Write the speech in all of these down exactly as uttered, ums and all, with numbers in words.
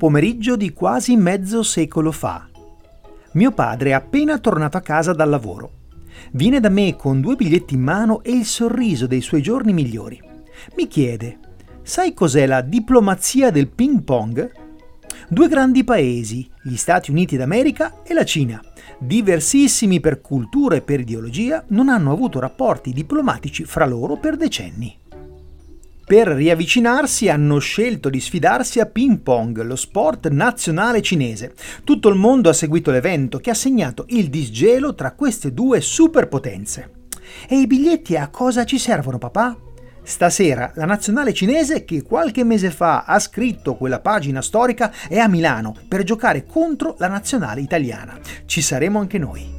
pomeriggio di quasi mezzo secolo fa. Mio padre è appena tornato a casa dal lavoro. Viene da me con due biglietti in mano e il sorriso dei suoi giorni migliori. Mi chiede: sai cos'è la diplomazia del ping pong? Due grandi paesi, gli Stati Uniti d'America e la Cina, diversissimi per cultura e per ideologia, non hanno avuto rapporti diplomatici fra loro per decenni. Per riavvicinarsi hanno scelto di sfidarsi a ping pong, lo sport nazionale cinese. Tutto il mondo ha seguito l'evento che ha segnato il disgelo tra queste due superpotenze. E i biglietti a cosa ci servono, papà? Stasera la nazionale cinese, che qualche mese fa ha scritto quella pagina storica, è a Milano per giocare contro la nazionale italiana. Ci saremo anche noi.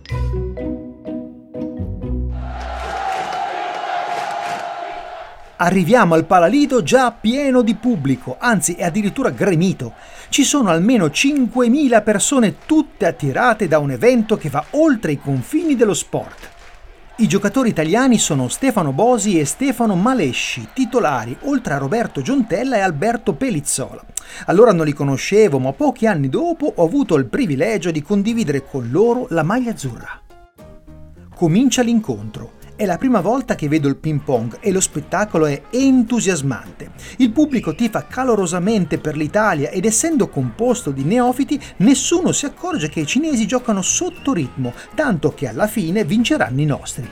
Arriviamo al Palalido già pieno di pubblico, anzi è addirittura gremito. Ci sono almeno cinquemila persone, tutte attirate da un evento che va oltre i confini dello sport. I giocatori italiani sono Stefano Bosi e Stefano Malesci, titolari, oltre a Roberto Giontella e Alberto Pelizzola. Allora non li conoscevo, ma pochi anni dopo ho avuto il privilegio di condividere con loro la maglia azzurra. Comincia l'incontro. È la prima volta che vedo il ping pong e lo spettacolo è entusiasmante. Il pubblico tifa calorosamente per l'Italia ed essendo composto di neofiti, nessuno si accorge che i cinesi giocano sotto ritmo, tanto che alla fine vinceranno i nostri.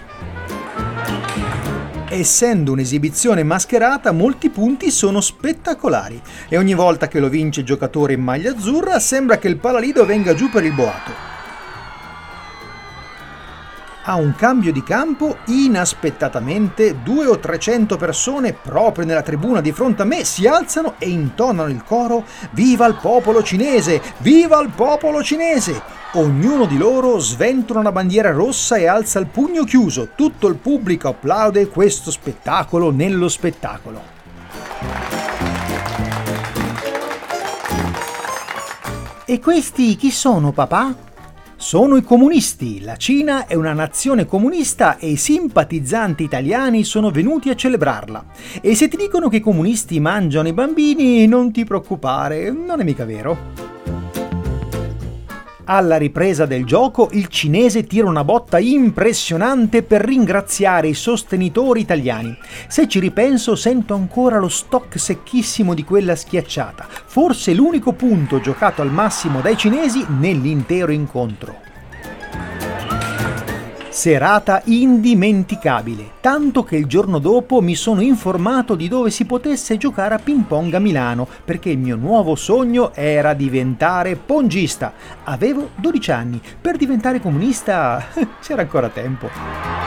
Essendo un'esibizione mascherata, molti punti sono spettacolari e ogni volta che lo vince il giocatore in maglia azzurra sembra che il Palalido venga giù per il boato. A un cambio di campo, inaspettatamente, due o trecento persone proprio nella tribuna di fronte a me si alzano e intonano il coro «Viva il popolo cinese! Viva il popolo cinese!». Ognuno di loro sventola una bandiera rossa e alza il pugno chiuso. Tutto il pubblico applaude questo spettacolo nello spettacolo. E questi chi sono, papà? Sono i comunisti. La Cina è una nazione comunista e i simpatizzanti italiani sono venuti a celebrarla. E se ti dicono che i comunisti mangiano i bambini, non ti preoccupare, non è mica vero. Alla ripresa del gioco, il cinese tira una botta impressionante per ringraziare i sostenitori italiani. Se ci ripenso, sento ancora lo stock secchissimo di quella schiacciata, forse l'unico punto giocato al massimo dai cinesi nell'intero incontro. Serata indimenticabile, tanto che il giorno dopo mi sono informato di dove si potesse giocare a ping pong a Milano, perché il mio nuovo sogno era diventare pongista. Avevo dodici anni, per diventare comunista c'era ancora tempo.